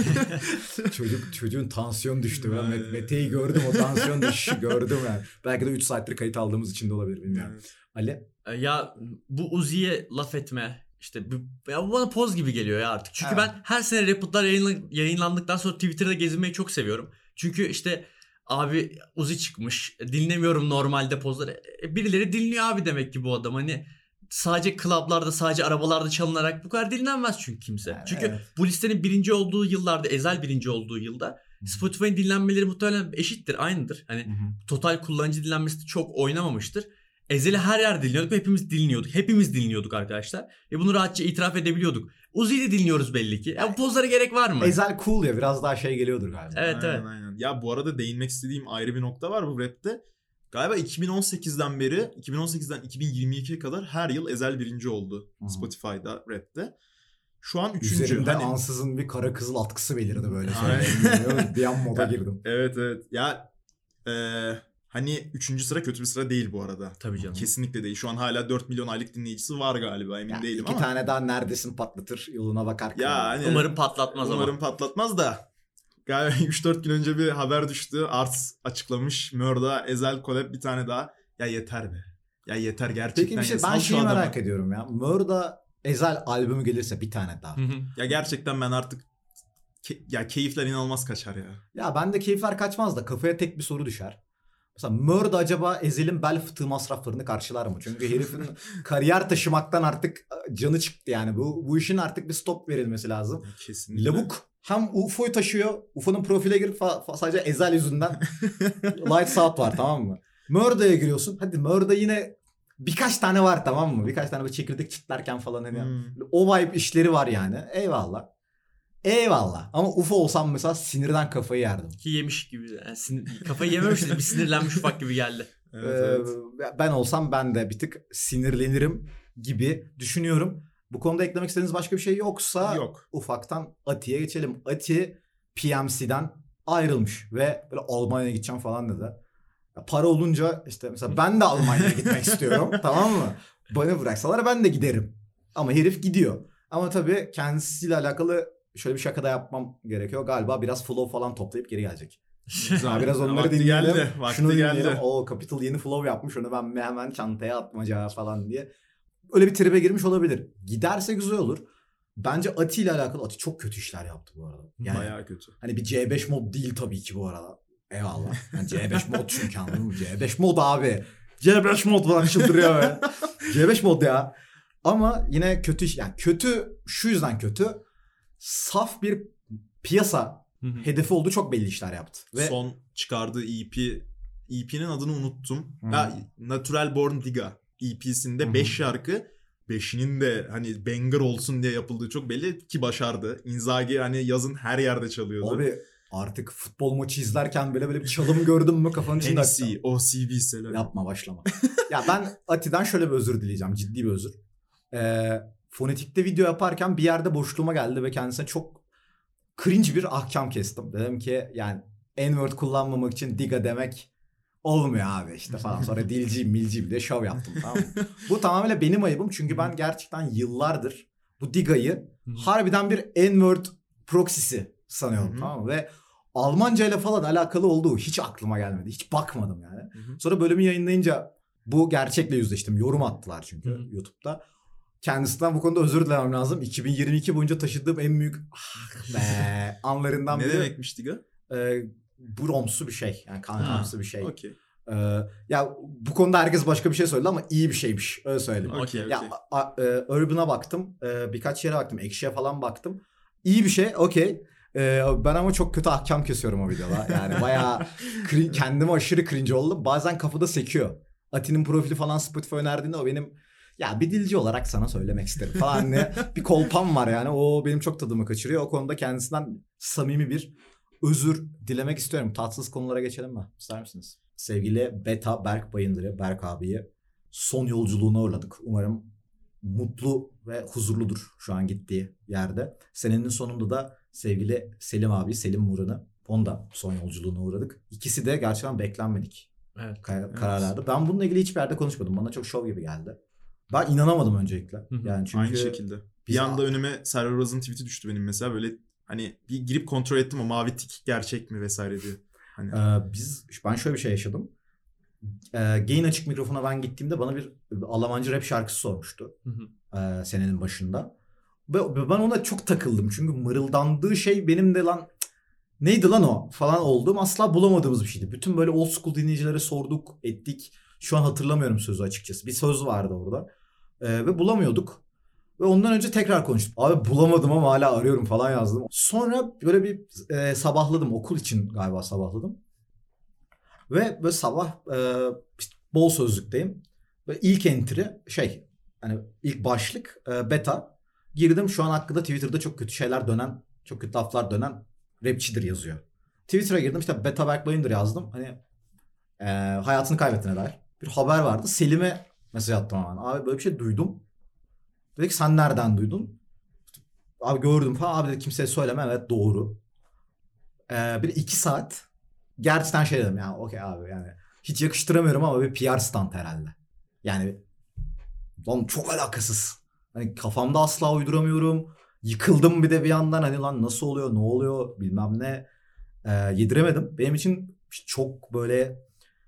Çocuk çocuğun tansiyon düştü. Ben Aynen. Met- Mete'yi gördüm, o tansiyon düşüşü gördüm yani. Belki de üç saattir kayıt aldığımız için de olabilir, bilmiyorum. Evet. Ali? E, Ya bu Uzi'ye laf etme işte bu, ya bu bana poz gibi geliyor ya artık. Çünkü Evet. ben her sene Rapid'lar yayınla- yayınlandıktan sonra Twitter'da gezinmeyi çok seviyorum. Çünkü işte abi Uzi çıkmış, dinlemiyorum normalde pozları. E, birileri dinliyor abi demek ki bu adam. Hani sadece klaplarda, sadece arabalarda çalınarak bu kadar dinlenmez çünkü kimse. Yani çünkü evet. bu listenin birinci olduğu yıllarda, Ezel birinci olduğu yılda Spotify'ın dinlenmeleri muhtemelen eşittir, aynıdır. Hani total kullanıcı dinlenmesi çok oynamamıştır. Ezel'i her yerde dinliyorduk ve hepimiz dinliyorduk. Hepimiz dinliyorduk arkadaşlar. Ve bunu rahatça itiraf edebiliyorduk. Uzi'yi de dinliyoruz belli ki. Ya bu pozlara gerek var mı? Ezel cool ya, biraz daha şey geliyordur galiba. Evet, aynen, evet. Aynen. Ya bu arada değinmek istediğim ayrı bir nokta var bu rapte. Galiba iki bin on sekizden beri, iki bin on sekizden iki bin yirmi ikiye kadar her yıl Ezel birinci oldu Hı-hı. Spotify'da rapte. Şu an üçüncü. Üzerimden Hani- ansızın bir kara kızıl atkısı belirdi böyle. Aynen. söyleyeyim. Bir an moda Ya, girdim. Evet evet. Ya e, hani üçüncü sıra kötü bir sıra değil bu arada. Tabii canım. Kesinlikle değil. Şu an hala dört milyon aylık dinleyicisi var galiba, emin Yani değilim iki ama. tane daha neredesin patlatır yoluna bakarken. Ya hani, Umarım patlatmaz umarım ama. patlatmaz da. Galiba üç dört gün önce bir haber düştü. Arts açıklamış. Mörda, Ezel collab bir tane daha. Ya yeter be. Ya yeter gerçekten. Peki bir şey, ya. ben Sal şu şeyi adamı. merak ediyorum ya. Mörda Ezel albümü gelirse bir tane daha. Hı hı. Ya gerçekten ben artık ke- ya keyifler inanılmaz kaçar ya. Ya bende keyifler kaçmaz da kafaya tek bir soru düşer. Mesela Mörda acaba Ezel'in bel fıtığı masraflarını karşılar mı? Çünkü herifin kariyer taşımaktan artık canı çıktı yani. Bu bu işin artık bir stop verilmesi lazım. Ya kesinlikle. Lavuk hem U F O'yu taşıyor. U F O'nun profile girip fa- fa- sadece Ezel yüzünden Lights Out var, tamam mı? Mörda'ya giriyorsun. Hadi Mörda yine birkaç tane var, tamam mı? Birkaç tane böyle çekirdek çitlerken falan hani. Hmm. O vibe işleri var yani. Eyvallah. Eyvallah. Ama U F O olsam mesela sinirden kafayı yerdim. Ki yemiş gibi. Yani sinir, kafayı yememiş de bir sinirlenmiş ufak gibi geldi. Evet, Ee, evet. Ben olsam ben de bir tık sinirlenirim gibi düşünüyorum. Bu konuda eklemek istediğiniz başka bir şey yoksa Yok. ufaktan Ati'ye geçelim. Ati P M C'den ayrılmış ve böyle Almanya'ya gideceğim falan dedi. Ya para olunca işte mesela ben de Almanya'ya gitmek istiyorum, tamam mı? Bana bıraksalar ben de giderim. Ama herif gidiyor. Ama tabii kendisiyle alakalı şöyle bir şaka da yapmam gerekiyor. Galiba biraz flow falan toplayıp geri gelecek. Ya biraz onları Vakti dinleyelim. geldi, vakti Şunu geldi. dinleyelim. O Capital yeni flow yapmış. Onu ben hemen çantaya atmaca falan diye. Öyle bir tribe girmiş olabilir. Giderse güzel olur. Bence Ati ile alakalı. Ati çok kötü işler yaptı bu arada. Yani Bayağı kötü. hani bir C beş mod değil tabii ki bu arada. Eyvallah. Yani C beş mod çünkü, anladın mı? C beş mod abi. C beş mod var, çıldırıyor be. C beş mod ya. Ama yine kötü iş. Yani kötü, şu yüzden kötü. Saf bir piyasa hedefi olduğu çok belli işler yaptı. Ve Son çıkardığı E P, E P'nin adını unuttum. Hı. Ha, Natural Born Diga E P'sinde Hı. beş şarkı. beşinin de hani banger olsun diye yapıldığı çok belli ki başardı. Inzaghi hani yazın her yerde çalıyordu. abi artık futbol maçı izlerken böyle böyle bir çalım gördüm mü kafanın içinde. N C, O C B selam. Yapma, başlama. Ya ben Ati'den şöyle bir özür dileyeceğim. Ciddi bir özür. Ee, fonetikte video yaparken bir yerde boşluğuma geldi ve kendisine çok cringe bir ahkam kestim. Dedim ki yani N-word kullanmamak için diga demek olmuyor abi işte falan. Sonra dilciyim milciyim diye şov yaptım, tamam mı? Bu tamamıyla benim ayıbım çünkü ben gerçekten yıllardır bu digayı harbiden bir N-word proxy'si sanıyorum, Hı-hı. tamam mı? Ve Almanca ile falan alakalı olduğu hiç aklıma gelmedi. Hiç bakmadım yani. Hı-hı. Sonra bölümü yayınlayınca bu gerçekle yüzleştim. Yorum attılar çünkü Hı-hı. YouTube'da. Kendisinden bu konuda özür dilemem lazım. iki bin yirmi iki boyunca taşıdığım en büyük ah be anlarından Ne biri. demekmiş Diga? E, bromsu bir şey. Yani kankamsı bir şey. Okey. E, ya bu konuda herkes başka bir şey söyledi ama iyi bir şeymiş. Öyle söyleyeyim. Okey, Ya okey. a, a, e, Urban'a baktım. E, birkaç yere baktım. Ekşi'ye falan baktım. İyi bir şey. Okey. E, ben ama çok kötü ahkam kesiyorum o videoda. Yani bayağı cringe, kendime aşırı cringe oldum. Bazen kafada sekiyor. Ati'nin profili falan Spotify önerdiğinde o benim ya bir dilci olarak sana söylemek isterim falan diye bir kolpam var yani. O benim çok tadımı kaçırıyor. O konuda kendisinden samimi bir özür dilemek istiyorum. Tatsız konulara geçelim mi? İster misiniz? Sevgili Beta Berk Bayındır'ı, Berk abiyi son yolculuğuna uğurladık. Umarım mutlu ve huzurludur şu an gittiği yerde. Senenin sonunda da sevgili Selim abi, Selim Muran'ı, onu da son yolculuğuna uğradık. İkisi de gerçekten beklenmedik Evet. kar- kararlardı. Ben bununla ilgili hiçbir yerde konuşmadım. Bana çok şov gibi geldi. Ben inanamadım öncelikle. Hı hı. Yani çünkü Aynı şekilde. Bir anda önüme Server Roz'un tweet'i düştü benim mesela. Böyle hani bir girip kontrol ettim o mavi tik gerçek mi vesaire diye. Hani... Ee, biz ben şöyle bir şey yaşadım. Ee, Gain açık mikrofona ben gittiğimde bana bir Almancı rap şarkısı sormuştu. Hı hı. Ee, senenin başında. Ve ben ona çok takıldım. Çünkü mırıldandığı şey benim de lan neydi lan o falan olduğum asla bulamadığımız bir şeydi. Bütün böyle old school dinleyicilere sorduk, ettik. Şu an hatırlamıyorum sözü açıkçası. Bir söz vardı orada. Ee, ve bulamıyorduk. Ve ondan önce tekrar konuştum. Abi bulamadım ama hala arıyorum falan yazdım. Sonra böyle bir e, sabahladım. Okul için galiba sabahladım. Ve böyle sabah e, işte bol sözlükteyim. Ve ilk entry şey hani ilk başlık e, beta. Girdim şu an hakkında Twitter'da çok kötü şeyler dönen, çok kötü laflar dönen rapçidir yazıyor. Twitter'a girdim işte Beta Backblander yazdım. Hani e, hayatını kaybettiğine dair bir haber vardı. Selim'e mesaj attım hemen. Abi böyle bir şey duydum. Dedi ki sen nereden duydun? Abi gördüm falan. Abi dedi kimseye söyleme. Evet doğru. Ee, bir iki saat gerçekten şey dedim yani okey abi yani hiç yakıştıramıyorum ama bir P R stunt herhalde. Yani lan çok alakasız. Hani kafamda asla uyduramıyorum. Yıkıldım bir de bir yandan hani lan nasıl oluyor ne oluyor bilmem ne. Ee, yediremedim. Benim için çok böyle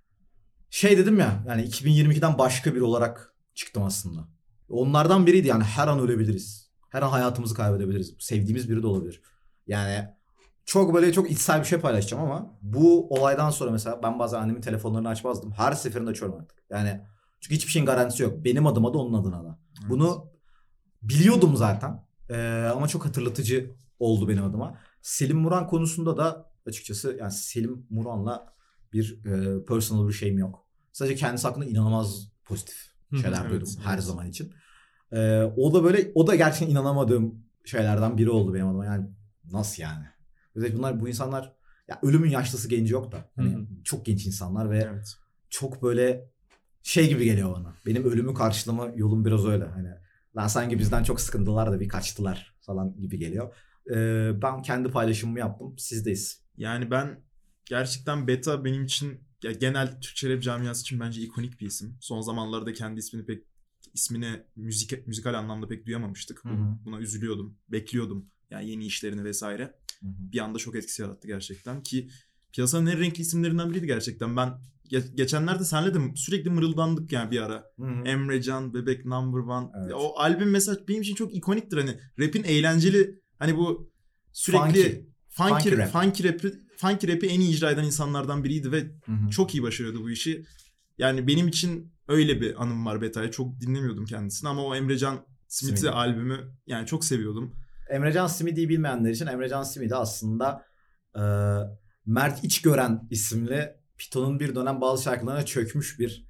şey dedim ya yani iki bin yirmi ikiden başka biri olarak çıktım aslında. Onlardan biriydi yani her an ölebiliriz. Her an hayatımızı kaybedebiliriz. Sevdiğimiz biri de olabilir. Yani çok böyle çok içsel bir şey paylaşacağım ama bu olaydan sonra mesela ben bazen annemin telefonlarını açmazdım. Her seferinde açıyorum artık. Yani çünkü hiçbir şeyin garantisi yok. Benim adıma da onun adına da. Evet. Bunu biliyordum zaten. Ee, ama çok hatırlatıcı oldu benim adıma. Selim Muran konusunda da açıkçası yani Selim Muran'la bir e, personal bir şeyim yok. Sadece kendisi hakkında inanılmaz pozitif şeyler duydum evet, her evet. zaman için. Ee, o da böyle o da gerçekten inanamadığım şeylerden biri oldu benim adıma. Yani nasıl yani? Özellikle bunlar bu insanlar ya ölümün yaşlısı genci yok da hani Hı-hı. çok genç insanlar ve evet. çok böyle şey gibi geliyor bana. Benim ölümü karşılama yolum biraz öyle. Hani lan sanki bizden çok sıkıntılar da bir kaçtılar falan gibi geliyor. Ee, ben kendi paylaşımımı yaptım. Sizdeyiz. Yani ben gerçekten Beta benim için ya genel Türkçe rap camiası için bence ikonik bir isim. Son zamanlarda kendi ismini pek ismini müzik müzikal anlamda pek duyamamıştık. Hı-hı. Buna üzülüyordum, bekliyordum. Yani yeni işlerini vesaire. Hı-hı. Bir anda çok etkisi yarattı gerçekten ki piyasanın en renkli isimlerinden biriydi gerçekten. Ben ge- geçenlerde senle de sürekli mırıldandık yani bir ara. Hı-hı. Emrecan, Bebek Number One. Evet. O albüm mesela benim için çok ikoniktir. Hani rap'in eğlenceli hani bu sürekli funky, funky, rap. funky rap'i funky rap'i en iyi icra eden insanlardan biriydi ve Hı-hı. çok iyi başarıyordu bu işi. Yani benim için öyle bir anım var Beta'ya. Çok dinlemiyordum kendisini ama o Emrecan Smith'i Smith. albümü yani çok seviyordum. Emrecan Smith'i bilmeyenler için Emrecan Smith aslında e, Mert İçgören isimli Python'un bir dönem bazı şarkılarına çökmüş bir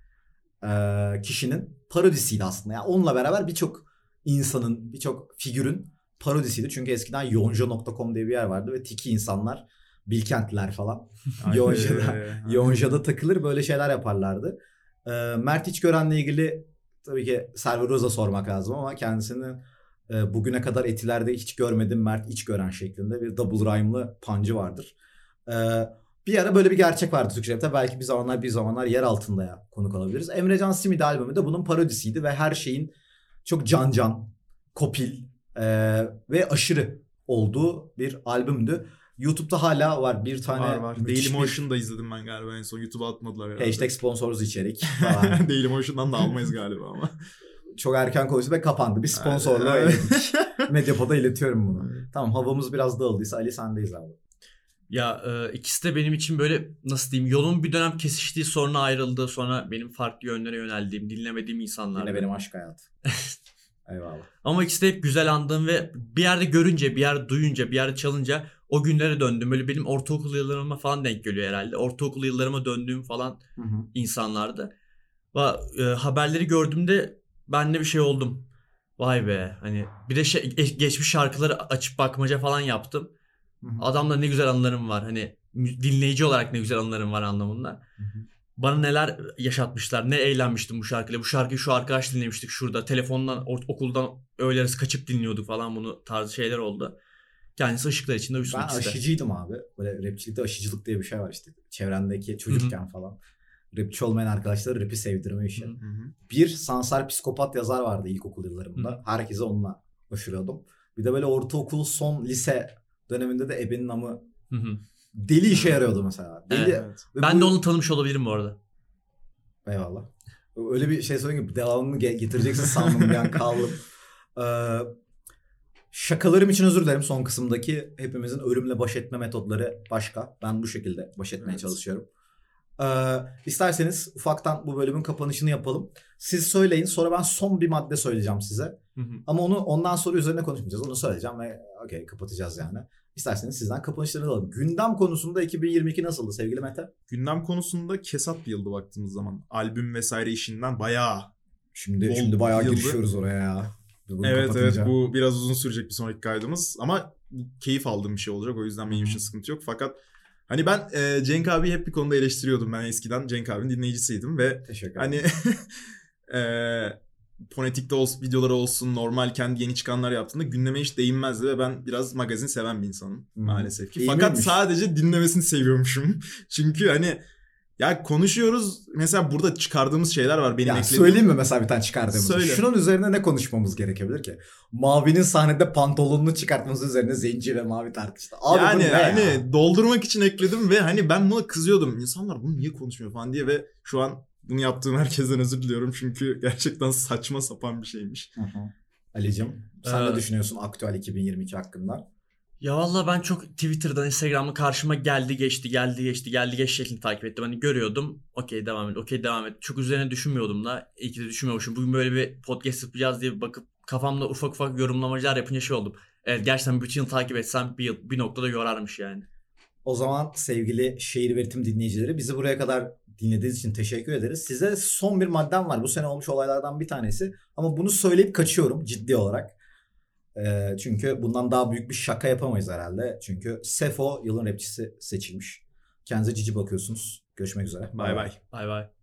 e, kişinin parodisiydi aslında. Yani onunla beraber birçok insanın, birçok figürün parodisiydi. Çünkü eskiden yonca nokta com diye bir yer vardı ve tiki insanlar, Bilkentler falan Yonca'da, Yonca'da takılır böyle şeyler yaparlardı. E, Mert İçgören'le ilgili tabii ki Server Roz'a sormak lazım ama kendisinin e, bugüne kadar Etiler'de hiç görmedim Mert İçgören şeklinde bir double rhyme'lı pancı vardır. E, bir ara böyle bir gerçek vardı Türkçe rapte. Belki bir zamanlar bir zamanlar yer altında ya konuk alabiliriz. Emrecan Simidi albümü de bunun parodisiydi ve her şeyin çok can can, kopil e, ve aşırı olduğu bir albümdü. YouTube'da hala var bir tane. Var var. Dailymotion'da bir... izledim ben galiba en son. YouTube'a atmadılar herhalde. Hashtag sponsorsuz içerik falan. Dailymotion'dan da almayız galiba ama. Çok erken konuştu ve kapandı. Bir sponsorla ilettik. Medyapod'a iletiyorum bunu. Tamam havamız biraz dağıldıysa Ali sendeyiz abi. Ya e, ikisi de benim için böyle nasıl diyeyim yolun bir dönem kesiştiği sonra ayrıldı. Sonra benim farklı yönlere yöneldiğim, dinlemediğim insanlar. Yine benim aşk hayatım. Eyvallah. Ama ikisi de hep güzel andığım ve bir yerde görünce, bir yerde duyunca, bir yerde çalınca o günlere döndüm. Böyle benim ortaokul yıllarıma falan denk geliyor herhalde. Ortaokul yıllarıma döndüğüm falan hı hı. insanlardı. Ve e, haberleri gördüğümde ben de bir şey oldum. Vay be hani bir de şey, geçmiş şarkıları açıp bakmaca falan yaptım. Hı hı. Adamla ne güzel anılarım var. Hani dinleyici olarak ne güzel anılarım var anlamında. Hı hı. Bana neler yaşatmışlar. Ne eğlenmiştim bu şarkıyla. Bu şarkıyı şu arkadaş dinlemiştik şurada. Telefondan, okuldan öğle arası kaçıp dinliyorduk falan bunu tarzı şeyler oldu. Kendisi ışıklar içinde uyusun Ben ikisi de. Aşıcıydım abi. Böyle rapçilikte aşıcılık diye bir şey var işte. Çevrendeki çocukken Hı-hı. falan. Rapçi olmayan arkadaşlara rapi sevdirme işi. Hı-hı. Bir Sansar Psikopat yazar vardı ilkokul yıllarımda. Hı-hı. Herkese onunla aşırıyordum. Bir de böyle ortaokul son lise döneminde de ebenin amı Hı hı. deli işe yarıyordu mesela. Deli. Evet. Ve Ben bu- de onu tanımış olabilirim bu arada. Eyvallah. Öyle bir şey söyleyeyim ki devamını ge- getireceksin sandım bir an kaldım. Ee, şakalarım için özür dilerim son kısımdaki. Hepimizin ölümle baş etme metotları başka. Ben bu şekilde baş etmeye Evet. çalışıyorum. Ee, isterseniz ufaktan bu bölümün kapanışını yapalım. Siz söyleyin, sonra ben son bir madde söyleyeceğim size. Hı hı. Ama onu ondan sonra üzerine konuşmayacağız. Onu söyleyeceğim ve okey kapatacağız yani. İsterseniz sizden kapanışlarını alalım. Gündem konusunda iki bin yirmi iki nasıldı sevgili Mete? Gündem konusunda kesat bir yıldı baktığımız zaman. Albüm vesaire işinden bayağı. Şimdi Bol şimdi bayağı yıldı. girişiyoruz oraya ya. Bunu Evet kapatınca. evet bu biraz uzun sürecek bir sonraki kaydımız. Ama keyif aldığım bir şey olacak. O yüzden benim Hı. için sıkıntı yok. Fakat hani ben e, Cenk abi hep bir konuda eleştiriyordum. Ben eskiden Cenk abinin dinleyicisiydim ve Teşekkür ederim. hani e, Fonetik'te olsun, videoları olsun, normal kendi yeni çıkanlar yaptığında gündeme hiç değinmezdi ve ben biraz magazin seven bir insanım Hı. maalesef ki. İyi Fakat miymiş? sadece dinlemesini seviyormuşum. Çünkü hani ya konuşuyoruz. Mesela burada çıkardığımız şeyler var benim Ya eklediğim. söyleyeyim mi mesela bir tane çıkardığımızı? Söyle. Şunun üzerine ne konuşmamız gerekebilir ki? Mavi'nin sahnede pantolonunu çıkartması üzerine Zenci ve Mavi tartıştı. Abi bu yani ne ya? hani doldurmak için ekledim ve hani ben buna kızıyordum. İnsanlar bunu niye konuşmuyor falan diye ve şu an bunu yaptığım herkesten özür diliyorum. Çünkü gerçekten saçma sapan bir şeymiş. Hı hı. Ali'cim sen Ee, ne düşünüyorsun aktüel iki bin yirmi iki hakkında? Ya valla ben çok Twitter'dan, Instagram'da karşıma geldi geçti, geldi geçti, geldi geçti şeklinde takip ettim. Hani görüyordum. Okey devam et, okey devam et. Çok üzerine düşünmüyordum da. İyi ki de düşünmüyormuşum. Bugün böyle bir podcast yapacağız diye bakıp kafamda ufak ufak yorumlamalar yapınca şey oldum. Evet gerçekten bütün yıl takip etsem bir, yıl, bir noktada yorarmış yani. O zaman sevgili Şehir ve Ritim dinleyicileri bizi buraya kadar dinlediğiniz için teşekkür ederiz. Size son bir maddem var. Bu sene olmuş olaylardan bir tanesi. Ama bunu söyleyip kaçıyorum ciddi olarak. Ee, çünkü bundan daha büyük bir şaka yapamayız herhalde. Çünkü Sefo yılın rapçisi seçilmiş. Kendinize cici bakıyorsunuz. Görüşmek üzere. Bay bay. Bay bay.